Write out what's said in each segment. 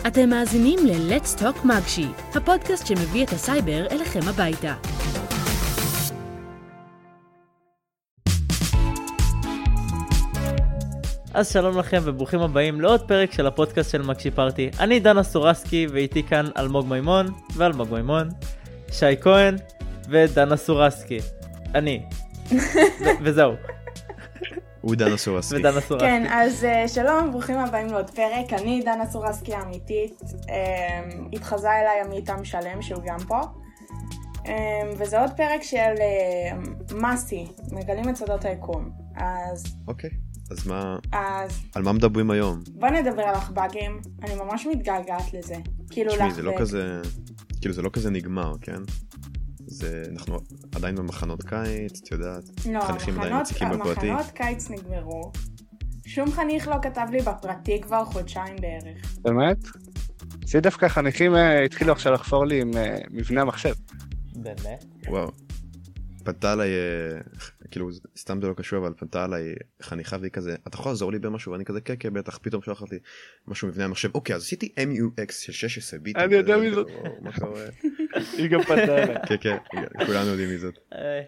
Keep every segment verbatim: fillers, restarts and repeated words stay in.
אתם מאזינים ל-Let's Talk מגשי, הפודקאסט שמביא את הסייבר אליכם הביתה. אז שלום לכם וברוכים הבאים לעוד פרק של הפודקאסט של מגשי פארטי. אני דנה סורסקי ואיתי כאן אלמוג מימון ואלמוג מימון, שי כהן ודנה סורסקי. אני. ו- וזהו. הוא דנה סורסקי. ודנה סורסקי. כן, אז uh, שלום, ברוכים הבאים לעוד פרק. אני דנה סורסקי האמיתית. Um, התחזה אליי עמיתם שלם שהוא גם פה. Um, וזה עוד פרק של uh, מסי, מגלים את סודות היקום. אז... אוקיי, אז מה... אז... על מה מדברים היום? בוא נדבר על החבאגים. אני ממש מתגעגעת לזה. כאילו תשמעי, לך... זה לא כזה... כאילו זה לא כזה נגמר, כן? זה... אנחנו עדיין במחנות קיץ, את יודעת? לא, חניכים עדיין מציקים בפרטי. המחנות קיץ נגמרו. שום חניך לא כתב לי בפרטי כבר חודשיים בערך. באמת? זה דווקא חניכים התחילו עכשיו לחפור לי עם מבנה המחשב. באמת? וואו. פנתה עליי, כאילו סתם זה לא קשור, אבל פנתה עליי חניכה והיא כזה, אתה יכול לעזור לי במשהו? ואני כזה, כן, כן, בטח, פתאום שלחת לי משהו מבנה המחשב. אוקיי, אז עשיתי אם יו אקס של שש עשרה ביט. אני יודע מי זאת. מה קורה? היא גם פנתה עליי. כן, כן, כולנו יודעים מי זאת.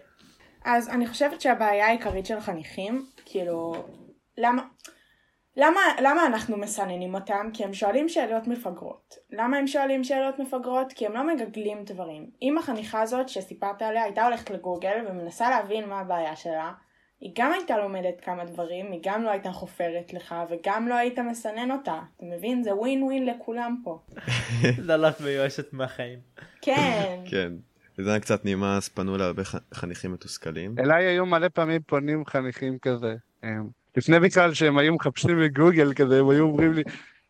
אז אני חושבת שהבעיה העיקרית של חניכים, כאילו, למה, למה, למה אנחנו מסננים אותם? כי הם שואלים שאלות מפגרות. למה הם שואלים שאלות מפגרות? כי הם לא מגגלים דברים. אם החניכה הזאת שסיפרת עליה הייתה הולכת לגוגל ומנסה להבין מה הבעיה שלה, היא גם הייתה לומדת כמה דברים, היא גם לא הייתה חופרת לך וגם לא היית מסנן אותה. אתה מבין? זה ווין ווין לכולם פה. זה לך מיואשת מהחיים. כן. כן. זה היה קצת נמאס, פנו להרבה חניכים מתוסכלים. אליי היו מלא פעמים פונים חניכים כזה. לפני בכלל שהם היו מחפשים בגוגל כזה, הם היו אומרים לי,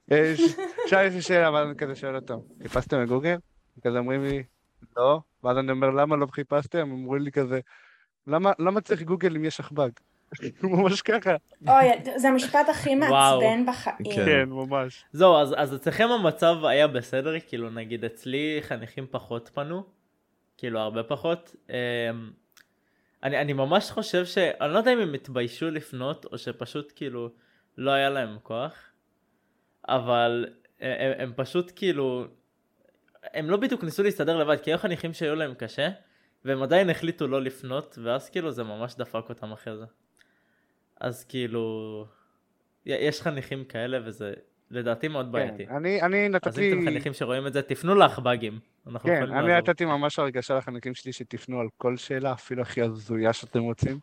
שי יש לי שאלה, ואז אני כזה שואל אותם, חיפשתם בגוגל? כזה אומרים לי, לא. ואז אני אומר, למה לא חיפשתם? הם אומרים לי כזה, למה צריך גוגל אם יש שכב"ג? ממש ככה. אוי, זה המשפט הכי מעצבן בחיים. כן, ממש. זהו, אז, אז אצלכם המצב היה בסדר? כאילו נגיד אצלי חניכים פחות פנו, כאילו הרבה פחות. אני, אני ממש חושב ש... אני לא יודע אם הם התביישו לפנות, או שפשוט כאילו לא היה להם כוח, אבל הם, הם פשוט כאילו... הם לא בדיוק ניסו להסתדר לבד, כי היו חניכים שהיו להם קשה, והם עדיין החליטו לא לפנות, ואז כאילו זה ממש דפק אותם אחרי זה. אז כאילו... יש חניכים כאלה, וזה לדעתי מאוד בעייתי. אני, אני נתתי... אז אם אתם חניכים שרואים את זה, תפנו לחב"גים. כן, אני נתתי ממש הרגשה לחניכים שלי שתפנו על כל שאלה, אפילו הכי הזויה שאתם רוצים.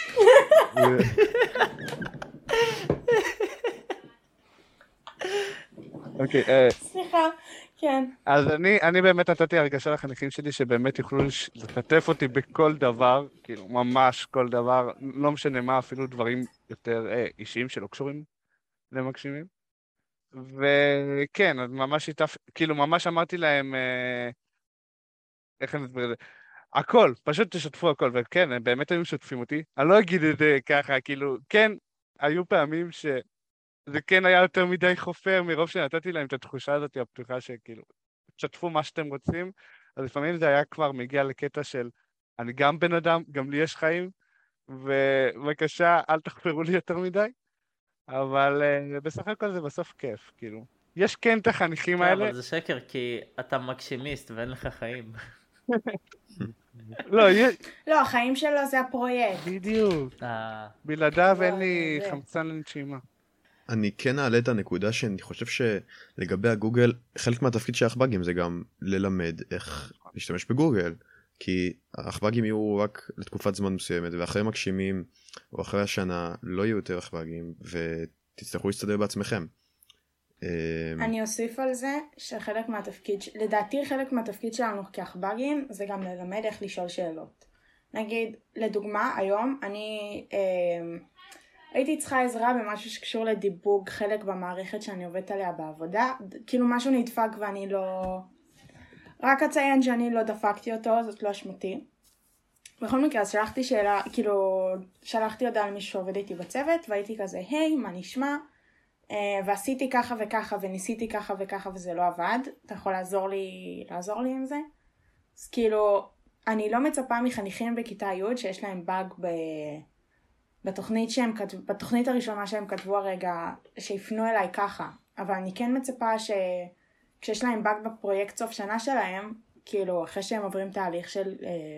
אוקיי. סליחה, כן. אז אני, אני באמת נתתי הרגשה לחניכים שלי שבאמת יוכלו לשתף אותי בכל דבר, כאילו ממש כל דבר, לא משנה מה, אפילו דברים יותר אישיים שלא קשורים למגשימים. וכן, אז ממש התאפ... כאילו ממש אמרתי להם, אה... איך אני אסביר את זה? הכל, פשוט תשתפו הכל, וכן, הם באמת היו משתפים אותי. אני לא אגיד את זה ככה, כאילו, כן, היו פעמים שזה כן היה יותר מדי חופר, מרוב שנתתי להם את התחושה הזאת, הפתוחה שכאילו, תשתפו מה שאתם רוצים, אז לפעמים זה היה כבר מגיע לקטע של, אני גם בן אדם, גם לי יש חיים, ובבקשה, אל תחפרו לי יותר מדי. אבל uh, בסך הכל זה בסוף כיף, כאילו. יש כן את החניכים כן, האלה. אבל זה שקר, כי אתה מגשימיסט ואין לך חיים. לא, יש... לא, החיים שלו זה הפרויקט. בדיוק. אה... בלעדיו לא, אין לי זה... חמצן לנשימה. אני כן אעלה את הנקודה שאני חושב שלגבי הגוגל, חלק מהתפקיד של החב"גים זה גם ללמד איך להשתמש בגוגל. כי החב"גים יהיו רק לתקופת זמן מסוימת, ואחרי מגשימים, או אחרי השנה, לא יהיו יותר החב"גים, ותצטרכו להסתדר בעצמכם. אני אוסיף על זה, שחלק מהתפקיד, לדעתי חלק מהתפקיד שלנו כחב"גים, זה גם ללמד איך לשאול שאלות. נגיד, לדוגמה, היום אני אה, הייתי צריכה עזרה במשהו שקשור לדיבוג חלק במערכת שאני עובדת עליה בעבודה, כאילו משהו נדפק ואני לא... רק אציין שאני לא דפקתי אותו, זאת לא אשמתי. בכל מקרה, אז שלחתי שאלה, כאילו, שלחתי הודעה למישהו שעובד איתי בצוות, והייתי כזה, היי, מה נשמע? ועשיתי ככה וככה, וניסיתי ככה וככה, וזה לא עבד. אתה יכול לעזור לי, לעזור לי עם זה? אז כאילו, אני לא מצפה מחניכים בכיתה י' שיש להם באג ב... בתוכנית שהם כתבו, בתוכנית הראשונה שהם כתבו הרגע, שיפנו אליי ככה. אבל אני כן מצפה ש... כשיש להם באג בפרויקט סוף שנה שלהם, כאילו אחרי שהם עוברים תהליך של,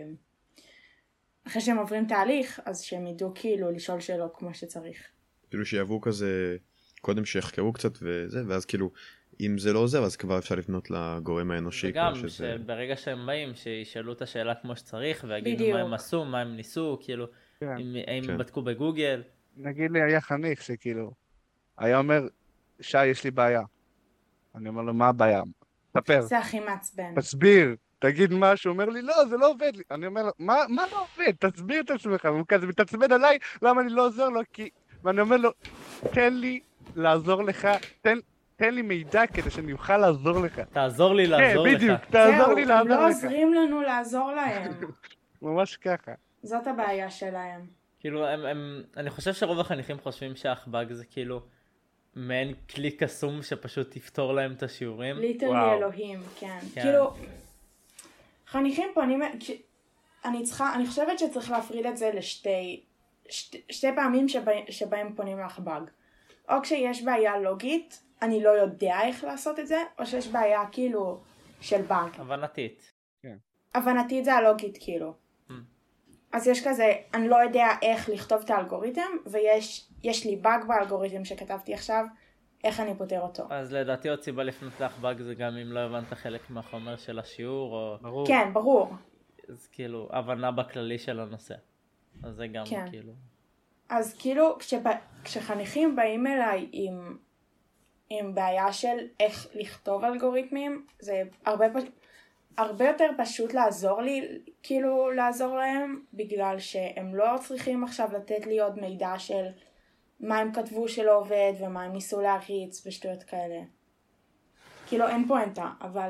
אחרי שהם עוברים תהליך, אז שהם ידעו כאילו לשאול שאלות כמו שצריך. כאילו שיעברו כזה, קודם שיחקרו קצת וזה, ואז כאילו, אם זה לא עוזר, אז כבר אפשר לפנות לגורם האנושי. וגם, שזה... שברגע שהם באים, שישאלו את השאלה כמו שצריך, ויגידו מה הם עשו, מה הם ניסו, כאילו, כן. אם, אם כן. בדקו בגוגל. נגיד לי, היה חניך שכאילו, היה אומר, שי, יש לי בעיה. אני אומר לו, מה הבעיה? תספר. זה הכי מעצבן. תסביר, תגיד משהו. הוא אומר לי, לא, זה לא עובד לי. אני אומר לו, מה, מה לא עובד? תסביר את עצמך. הוא כזה מתעצבן עליי, למה אני לא עוזר לו? כי... ואני אומר לו, תן לי לעזור לך, תן, תן לי מידע כדי שאני אוכל לעזור לך. תעזור לי לעזור כן, לך. בדיוק, תעזור זהו, לי לעזור לא לך. עוזרים לנו לעזור להם. ממש ככה. זאת הבעיה שלהם. כאילו, הם, הם, אני חושב שרוב החניכים חושבים שהאחב"ג זה כאילו מעין כלי קסום שפשוט תפתור להם את השיעורים. ליטרלי וואו. אלוהים, כן. כן. כאילו, חניכים פונים, אני צריכה, אני חושבת שצריך להפריד את זה לשתי, שתי, שתי פעמים שבה, שבהם פונים לאחב"ג. או כשיש בעיה לוגית, אני לא יודע איך לעשות את זה, או שיש בעיה כאילו של באג. הבנתית. הבנתית זה הלוגית כאילו. Mm. אז יש כזה, אני לא יודע איך לכתוב את האלגוריתם, ויש יש לי באג באלגוריתם שכתבתי עכשיו, איך אני פותר אותו. אז לדעתי עוד סיבה לפנות לאחב"ג זה גם אם לא הבנת חלק מהחומר של השיעור, או... ברור. כן, ברור. אז כאילו, הבנה בכללי של הנושא. אז זה גם כן. כאילו... אז כאילו, כשבא, כשחניכים באים אליי עם, עם בעיה של איך לכתוב אלגוריתמים, זה הרבה, הרבה יותר פשוט לעזור לי, כאילו לעזור להם, בגלל שהם לא צריכים עכשיו לתת לי עוד מידע של מה הם כתבו שלא עובד, ומה הם ניסו להריץ ושטויות כאלה. כאילו אין פואנטה, אבל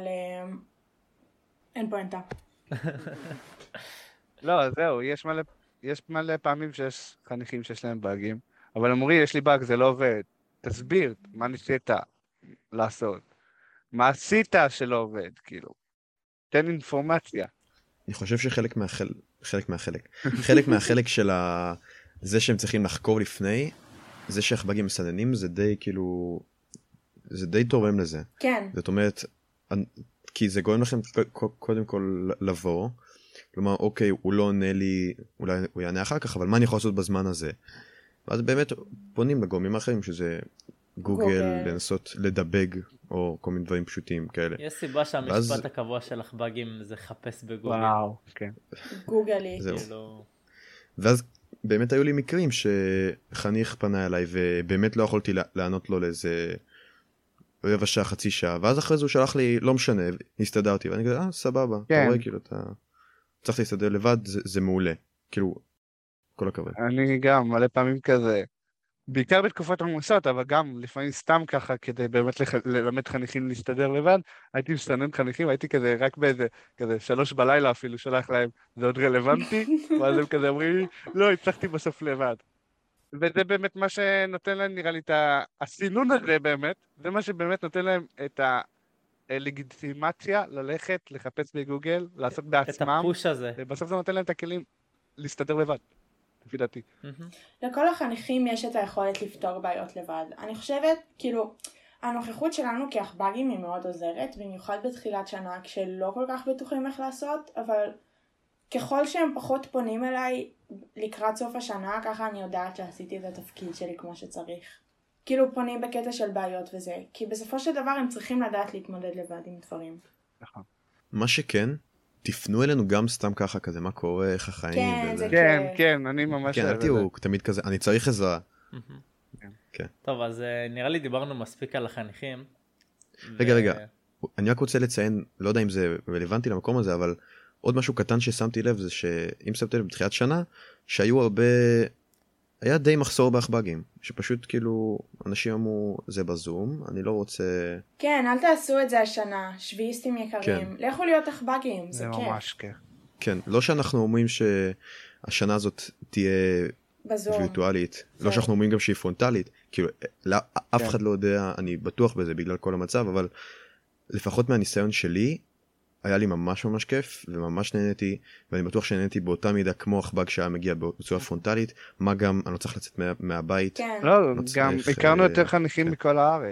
אין פואנטה. לא, זהו, יש מלא, יש מלא פעמים שיש חניכים שיש להם באגים, אבל אמרי, יש לי באג, זה לא עובד. תסביר, מה ניסית לעשות? מה עשית שלא עובד, כאילו? תן אינפורמציה. אני חושב שחלק מהחלק, חלק מהחלק, חלק מהחלק של ה... זה שהם צריכים לחקור לפני, זה שהאחב"גים מסננים, זה די כאילו, זה די תורם לזה. כן. זאת אומרת, כי זה גורם לכם קודם כל לבוא, כלומר, אוקיי, הוא לא עונה לי, אולי הוא יענה אחר כך, אבל מה אני יכול לעשות בזמן הזה? ואז באמת פונים לגורמים האחרים, שזה גוגל, גוגל. לנסות לדבג, או כל מיני דברים פשוטים כאלה. יש סיבה שהמשפט ואז... הקבוע של אחב"גים זה חפש בגוגל. וואו, כן. גוגלי. זהו. כאילו... ואז באמת היו לי מקרים שחניך פנה אליי, ובאמת לא יכולתי לענות לו לאיזה רבע שעה, חצי שעה, ואז אחרי זה הוא שלח לי, לא משנה, הסתדרתי, ואני כזה, אה, סבבה, כן. אתה רואה, כאילו, אתה צריך להסתדר לבד, זה, זה מעולה, כאילו, כל הכבוד. אני גם, מלא פעמים כזה, בעיקר בתקופות עמוסות, אבל גם לפעמים סתם ככה, כדי באמת לח... ללמד חניכים להסתדר לבד, הייתי מסנן חניכים, הייתי כזה, רק באיזה, כזה, שלוש בלילה אפילו, שלח להם, זה עוד רלוונטי, ואז הם כזה אומרים לי, לא, הצלחתי בסוף לבד. וזה באמת מה שנותן להם, נראה לי, את הסינון הזה באמת, זה מה שבאמת נותן להם את הלגיטימציה ללכת, לחפש בגוגל, לעשות בעצמם. את הפוש הזה. ובסוף זה נותן להם את הכלים להסתדר לבד, לפי דעתי. לכל החניכים יש את היכולת לפתור בעיות לבד. אני חושבת, כאילו, הנוכחות שלנו כאחב"גים היא מאוד עוזרת, במיוחד בתחילת שנה, כשלא כל כך בטוחים איך לעשות, אבל ככל שהם פחות פונים אליי לקראת סוף השנה, ככה אני יודעת שעשיתי את התפקיד שלי כמו שצריך. כאילו פונים בקטע של בעיות וזה, כי בסופו של דבר הם צריכים לדעת להתמודד לבד עם דברים. נכון. מה שכן, תפנו אלינו גם סתם ככה כזה, מה קורה, איך החיים. כן, וזה. זה כן, כיף. כן, אני ממש... כן, אל תהיו תמיד כזה, אני צריך עזרה. כן. טוב, אז נראה לי דיברנו מספיק על החניכים. רגע, רגע, אני רק רוצה לציין, לא יודע אם זה רלוונטי למקום הזה, אבל עוד משהו קטן ששמתי לב זה שאם שמתי לב בתחילת שנה, שהיו הרבה, היה די מחסור באחב"גים, שפשוט כאילו אנשים אמרו זה בזום, אני לא רוצה... כן, אל תעשו את זה השנה, שביעיסטים יקרים, כן. לכו להיות אחב"גים, זה זה כיף. ממש כיף. כן, לא שאנחנו אומרים שהשנה הזאת תהיה בזום. וירטואלית, זה... לא שאנחנו אומרים גם שהיא פרונטלית, כאילו לא, אף כן. אחד לא יודע, אני בטוח בזה בגלל כל המצב, אבל לפחות מהניסיון שלי, היה לי ממש ממש כיף, וממש נהניתי, ואני בטוח שנהניתי באותה מידה כמו אחב"ג שהיה מגיע בצורה פרונטלית, מה גם, אני לא צריך לצאת מה, מהבית. כן. לא, לא גם צריך, הכרנו אה, יותר חניכים כן. מכל הארץ.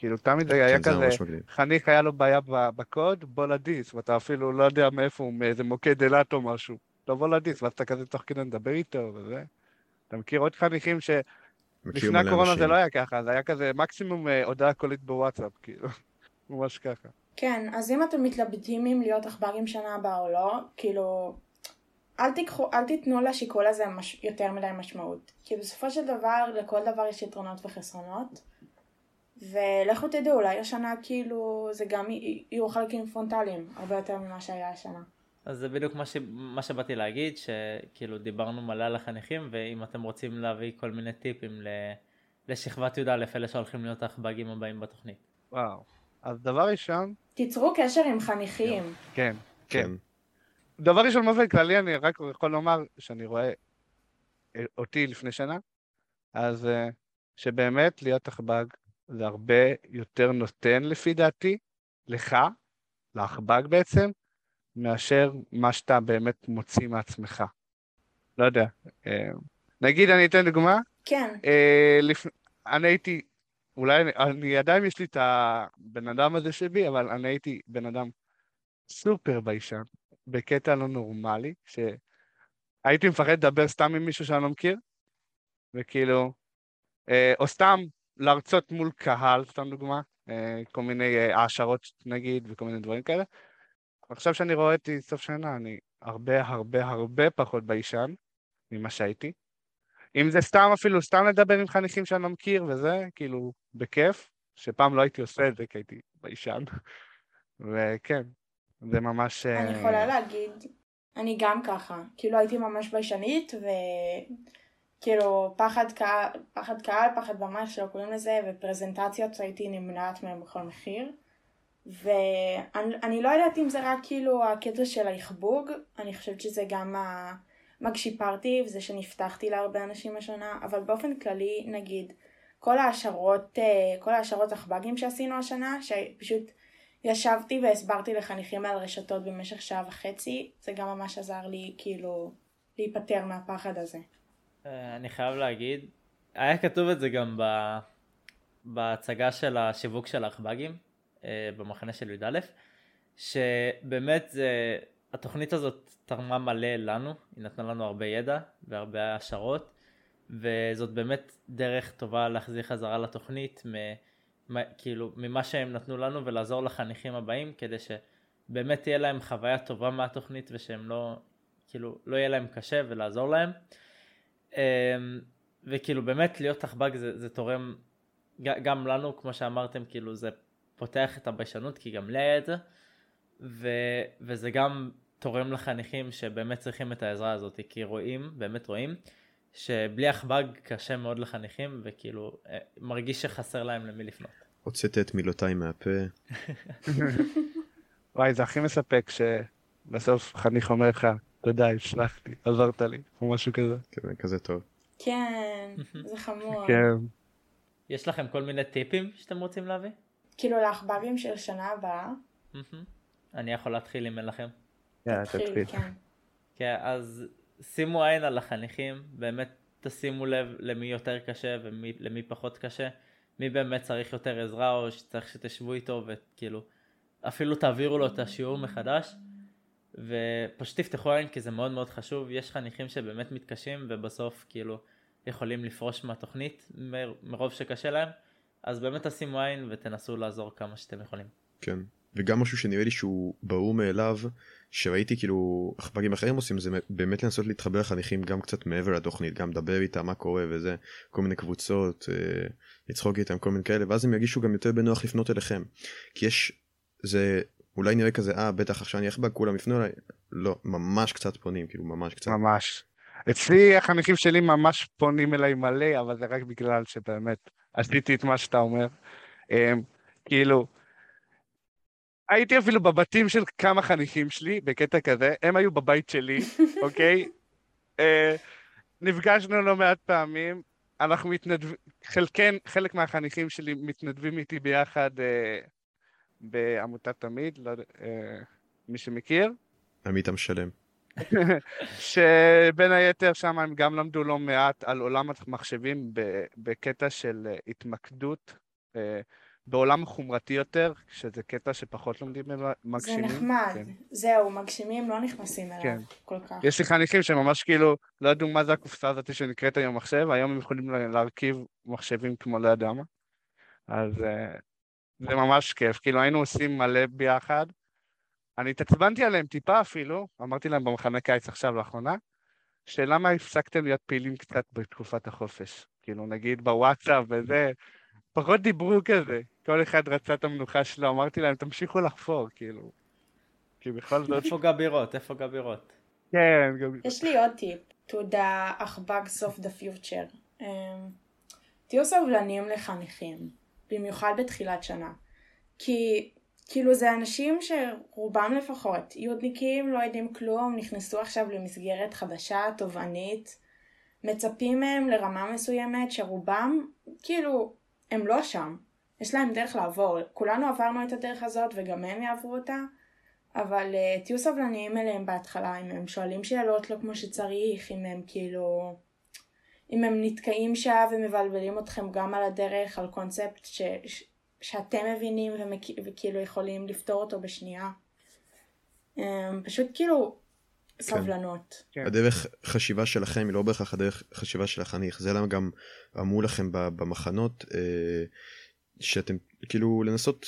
כאילו, תמיד זה היה כן, זה כזה, ממש מגניב. חניך היה לו בעיה ב- בקוד, בוא לדיס, ואתה אפילו לא יודע מאיפה הוא, מאיזה מוקד אילת או משהו. תבוא לדיס, ואז אתה כזה תוך כדי לדבר איתו וזה. אתה מכיר עוד חניכים מכיר שלפני מלא הקורונה זה אנשים. לא היה ככה, זה היה כזה מקסימום אה, הודעה קולית בוואטסאפ, כאילו, ממש ככה. כן, אז אם אתם מתלבטים אם להיות עכברים שנה הבאה או לא, כאילו, אל תיקחו, אל תיתנו לשיקול הזה מש, יותר מדי משמעות. כי בסופו של דבר, לכל דבר יש יתרונות וחסרונות. ולכו תדעו, אולי השנה כאילו, זה גם י- יהיו חלקים פרונטליים, הרבה יותר ממה שהיה השנה. אז זה בדיוק מה, ש... מה שבאתי להגיד, שכאילו דיברנו מלא על החניכים, ואם אתם רוצים להביא כל מיני טיפים ל... לשכבת י"א, אלה שהולכים להיות האחב"גים הבאים בתוכנית. וואו. אז דבר ראשון, תיצרו קשר עם חניכים. כן, כן. כן. דבר ראשון, באופן כללי, אני רק יכול לומר שאני רואה אה, אותי לפני שנה, אז אה, שבאמת להיות אחב"ג זה הרבה יותר נותן לפי דעתי, לך, לאחב"ג בעצם, מאשר מה שאתה באמת מוציא מעצמך. לא יודע. אה, נגיד, אני אתן דוגמה, כן, אה, לפ... אני הייתי, אולי אני, אני עדיין יש לי את הבן אדם הזה שבי, אבל אני הייתי בן אדם סופר ביישן, בקטע לא נורמלי, שהייתי מפחד לדבר סתם עם מישהו שאני לא מכיר, וכאילו, אה, או סתם להרצות מול קהל, סתם דוגמה, אה, כל מיני אה, העשרות נגיד, וכל מיני דברים כאלה. עכשיו שאני רואה את סוף שנה, אני הרבה הרבה הרבה פחות ביישן ממה שהייתי. אם זה סתם אפילו, סתם לדבר עם חניכים שאני לא מכיר וזה, כאילו, בכיף, שפעם לא הייתי עושה את זה, כי הייתי ביישן. וכן, זה ממש... אני יכולה להגיד, אני גם ככה, כאילו הייתי ממש ביישנית, וכאילו פחד קהל, פחד קהל, פחד במה שלא קוראים לזה, ופרזנטציות הייתי נמנעת מהם בכל מחיר. ואני אני לא יודעת אם זה רק כאילו הקטע של היחבוג, אני חושבת שזה גם ה... מה שיפרתי וזה שנפתחתי להרבה אנשים השנה, אבל באופן כללי נגיד כל ההשערות, כל ההשערות אחב"גים שעשינו השנה, שפשוט ישבתי והסברתי לחניכים על רשתות במשך שעה וחצי, זה גם ממש עזר לי כאילו להיפטר מהפחד הזה. אני חייב להגיד, היה כתוב את זה גם ב... בהצגה של השיווק של האחב"גים, במחנה של י"א, שבאמת זה... התוכנית הזאת תרמה מלא לנו, היא נתנה לנו הרבה ידע והרבה השערות, וזאת באמת דרך טובה להחזיר חזרה לתוכנית, מ, כאילו, ממה שהם נתנו לנו, ולעזור לחניכים הבאים, כדי שבאמת תהיה להם חוויה טובה מהתוכנית, ושהם לא, כאילו, לא יהיה להם קשה, ולעזור להם. וכאילו, באמת להיות אחב"ג זה, זה תורם גם לנו, כמו שאמרתם, כאילו, זה פותח את הביישנות, כי גם לי היה את זה, ו, וזה גם תורם לחניכים שבאמת צריכים את העזרה הזאת, כי רואים, באמת רואים, שבלי אחב"ג קשה מאוד לחניכים, וכאילו מרגיש שחסר להם למי לפנות. הוצאת את מילותיי מהפה. וואי, זה הכי מספק שבסוף חניך אומר לך, תודה, הצלחתי, עזרת לי, או משהו כזה. כן, כזה טוב. כן, זה חמור. כן. יש לכם כל מיני טיפים שאתם רוצים להביא? כאילו לאחב"גים של שנה הבאה. אני יכול להתחיל אם אין לכם. תתחיל, כן. כן, אז שימו עין על החניכים, באמת תשימו לב למי יותר קשה ולמי פחות קשה, מי באמת צריך יותר עזרה או שצריך שתשבו איתו וכאילו אפילו תעבירו לו את השיעור מחדש, ופשוט תפתחו עין כי זה מאוד מאוד חשוב. יש חניכים שבאמת מתקשים ובסוף כאילו יכולים לפרוש מהתוכנית מרוב שקשה להם, אז באמת תשימו עין ותנסו לעזור כמה שאתם יכולים. כן. וגם משהו שנראה לי שהוא ברור מאליו, שראיתי כאילו אחב"גים אחרים עושים, זה באמת לנסות להתחבר לחניכים גם קצת מעבר לתוכנית, גם לדבר איתם מה קורה וזה, כל מיני קבוצות, אה, לצחוק איתם, כל מיני כאלה, ואז הם ירגישו גם יותר בנוח לפנות אליכם. כי יש, זה אולי נראה כזה, אה, בטח עכשיו אני אחב"ג, כולם יפנו אליי, לא, ממש קצת פונים, כאילו ממש קצת. ממש. אצלי החניכים שלי ממש פונים אליי מלא, אבל זה רק בגלל שבאמת עשיתי את מה שאתה אומר. אה, כאילו, הייתי אפילו בבתים של כמה חניכים שלי, בקטע כזה, הם היו בבית שלי, אוקיי? אה, נפגשנו לא מעט פעמים, אנחנו מתנדבים, חלקן, חלק מהחניכים שלי מתנדבים איתי ביחד אה, בעמותת תמיד, לא, אה, מי שמכיר. עמית המשלם. שבין היתר שם הם גם למדו לא מעט על עולם המחשבים בקטע של התמקדות, בעולם חומרתי יותר, שזה קטע שפחות לומדים מגשימים. זה נחמד, כן. זהו, מגשימים לא נכנסים אליו כן. כל כך. יש לי חניכים שממש כאילו לא ידעו מה זה הקופסה הזאת שנקראת היום מחשב, היום הם יכולים להרכיב מחשבים כמו לא יודע מה. אז uh, זה ממש כיף, כאילו היינו עושים מלא ביחד. אני התעצבנתי עליהם טיפה אפילו, אמרתי להם במחנה קיץ עכשיו לאחרונה, שלמה הפסקתם להיות פעילים קצת בתקופת החופש. כאילו נגיד בוואטסאפ וזה, פחות דיברו כזה, כל אחד רצה את המנוחה שלו, אמרתי להם תמשיכו לחפור, כאילו. כי בכל זאת... איפה גבירות? איפה גבירות? כן, גבירות. יש לי עוד טיפ, to the bugs of the future. Um, תהיו סובלניים לחניכים, במיוחד בתחילת שנה. כי כאילו זה אנשים שרובם לפחות, יודניקים, לא יודעים כלום, נכנסו עכשיו למסגרת חדשה, תובענית, מצפים מהם לרמה מסוימת שרובם, כאילו, הם לא שם. יש להם דרך לעבור. כולנו עברנו את הדרך הזאת וגם הם יעברו אותה. אבל uh, תהיו סבלניים אליהם בהתחלה, אם הם שואלים שאלות לא כמו שצריך, אם הם כאילו, אם הם נתקעים שעה ומבלבלים אתכם גם על הדרך, על קונספט ש, ש, שאתם מבינים ומק, וכאילו יכולים לפתור אותו בשנייה. Um, פשוט כאילו סבלנות. כן. הדרך חשיבה שלכם היא לא בהכרח הדרך חשיבה של החניך, זה למה גם אמרו לכם במחנות, אה, שאתם כאילו לנסות...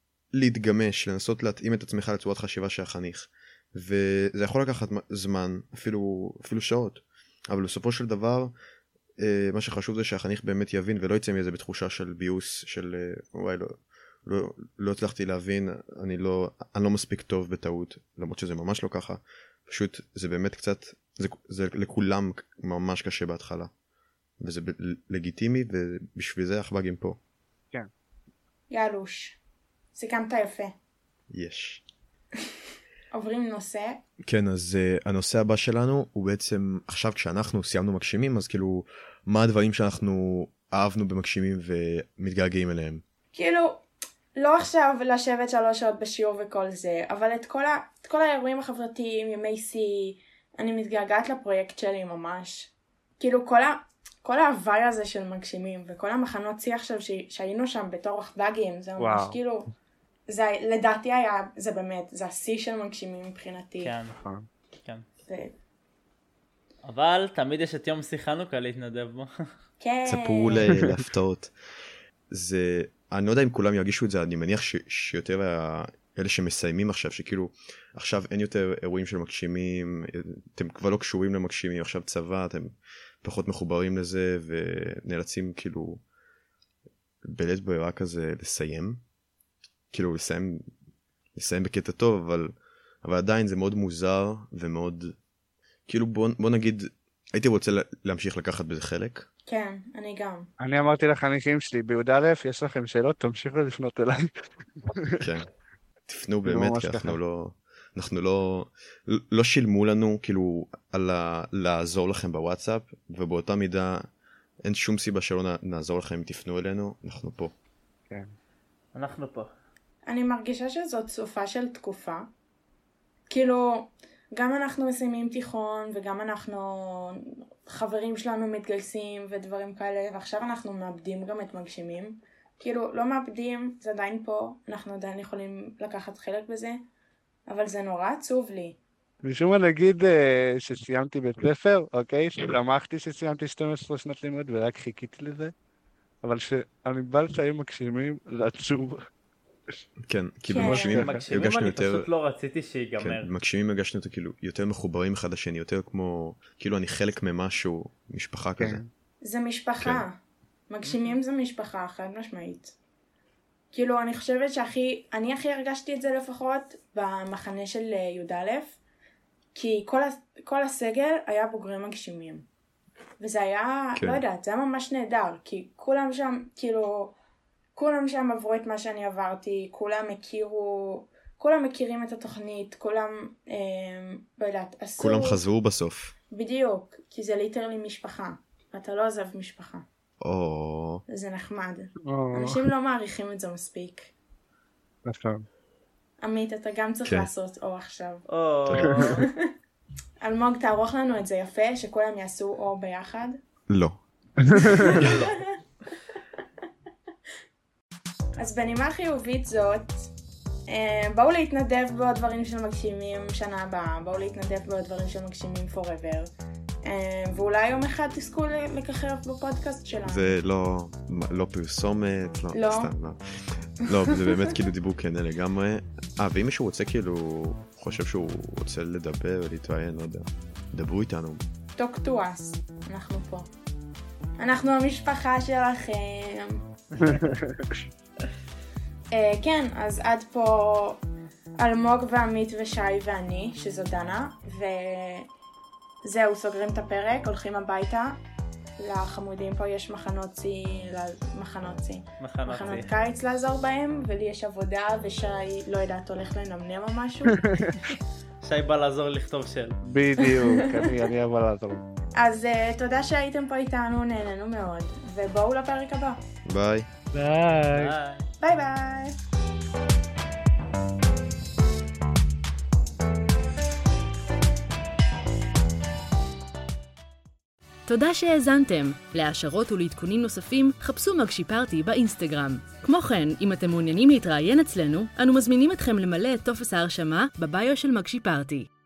להתגמש, לנסות להתאים את עצמך לצורת חשיבה של החניך. וזה יכול לקחת זמן, אפילו, אפילו שעות. אבל בסופו של דבר, מה שחשוב זה שהחניך באמת יבין, ולא יצא מאיזה בתחושה של ביוס, של וואי, לא, לא, לא הצלחתי להבין, אני לא, אני לא מספיק טוב בטעות, למרות שזה ממש לא ככה. פשוט זה באמת קצת, זה, זה לכולם ממש קשה בהתחלה. וזה לגיטימי, ובשביל זה החב"גים פה. כן. יאלוש. סיכמת יפה. יש. עוברים נושא. כן, אז uh, הנושא הבא שלנו הוא בעצם, עכשיו כשאנחנו סיימנו מגשימים, אז כאילו, מה הדברים שאנחנו אהבנו במגשימים ומתגעגעים אליהם? כאילו, לא עכשיו לשבת שלוש שעות בשיעור וכל זה, אבל את כל, ה, את כל האירועים החברתיים, ימי סי, אני מתגעגעת לפרויקט שלי ממש. כאילו, כל ה... כל ההוואי הזה של מגשימים, וכל המחנות צי עכשיו ש... שהיינו שם בתור החב"גים, זה ממש וואו. כאילו, זה, לדעתי היה, זה באמת, זה השיא של מגשימים מבחינתי. כן, נכון. כן. ו... אבל תמיד יש את יום שיא חנוכה להתנדב בו. כן. צפו להפתעות. זה, אני לא יודע אם כולם ירגישו את זה, אני מניח ש... שיותר אלה שמסיימים עכשיו, שכאילו, עכשיו אין יותר אירועים של מגשימים, אתם כבר לא קשורים למגשימים, עכשיו צבא, אתם... פחות מחוברים לזה ונאלצים כאילו בלית ברירה כזה לסיים, כאילו לסיים, לסיים בקטע טוב, אבל, אבל עדיין זה מאוד מוזר ומאוד, כאילו בוא, בוא נגיד, הייתי רוצה להמשיך לקחת בזה חלק. כן, אני גם. אני אמרתי לחניכים שלי, בי"א יש לכם שאלות, תמשיכו לפנות אליי. כן, תפנו באמת, כי אנחנו לא... אנחנו לא, לא שילמו לנו כאילו על ה, לעזור לכם בוואטסאפ, ובאותה מידה אין שום סיבה שלא נעזור לכם אם תפנו אלינו, אנחנו פה. כן. אנחנו פה. אני מרגישה שזאת סופה של תקופה. כאילו, גם אנחנו מסיימים תיכון, וגם אנחנו, חברים שלנו מתגייסים ודברים כאלה, ועכשיו אנחנו מאבדים גם את מגשימים. כאילו, לא מאבדים, זה עדיין פה, אנחנו עדיין יכולים לקחת חלק בזה. אבל זה נורא עצוב לי. משום מה נגיד שסיימתי בית ספר, אוקיי? שמחתי שסיימתי שתים עשרה שנות לימוד ורק חיכיתי לזה, אבל שאני בא לסיים מגשימים, זה עצוב. כן, כי במגשימים הרגשנו יותר... אני פשוט לא רציתי שיגמר. כן, במגשימים הרגשנו יותר כאילו יותר מחוברים אחד לשני, יותר כמו, כאילו אני חלק ממשהו, משפחה כזה. זה משפחה. מגשימים זה משפחה, חד משמעית. כאילו, אני חושבת שהכי, אני הכי הרגשתי את זה לפחות במחנה של י"א, כי כל, כל הסגל היה בוגרי מגשימים. וזה היה, כן. לא יודעת, זה היה ממש נהדר, כי כולם שם, כאילו, כולם שם עברו את מה שאני עברתי, כולם הכירו, כולם מכירים את התוכנית, כולם, אה, לא יודעת, עשו... כולם חזרו בסוף. בדיוק, כי זה ליטרלי משפחה, אתה לא עזב משפחה. או... זה נחמד. אנשים לא מעריכים את זה מספיק. נכון. עמית, אתה גם צריך לעשות או עכשיו. או... אלמוג, תערוך לנו את זה יפה, שכולם יעשו או ביחד? לא. אז בנימה חיובית זאת, בואו להתנדב בעוד דברים של מגשימים שנה הבאה, בואו להתנדב בעוד דברים של מגשימים forever, ואולי יום אחד תזכו לככב בפודקאסט שלנו. זה לא, לא פרסומת, לא, לא. סתם, לא. לא, זה באמת כאילו דיבור כנה לגמרי. אה, ואם מישהו רוצה כאילו, חושב שהוא רוצה לדבר, להתראיין, לא יודע, דברו איתנו. Talk to us, אנחנו פה. אנחנו המשפחה שלכם. uh, כן, אז עד פה אלמוג ועמית ושי ואני, שזו דנה, וזהו, סוגרים את הפרק, הולכים הביתה. לחמודים פה יש מחנות צי, מחנות צי, מחנות מחנות צי. קיץ לעזור בהם, ולי יש עבודה, ושי, לא יודעת, הולך לנמנם או משהו. שי בא לעזור לכתוב של. בדיוק, אני, אני אבא לעזור. אז uh, תודה שהייתם פה איתנו, נהנינו מאוד, ובואו לפרק הבא. ביי. ביי. ביי. ביי ביי. תודה שהאזנתם. להעשרות ולעדכונים נוספים, חפשו מגשי פארטי באינסטגרם. כמו כן, אם אתם מעוניינים להתראיין אצלנו, אנו מזמינים אתכם למלא את טופס ההרשמה בביו של מגשי פארטי.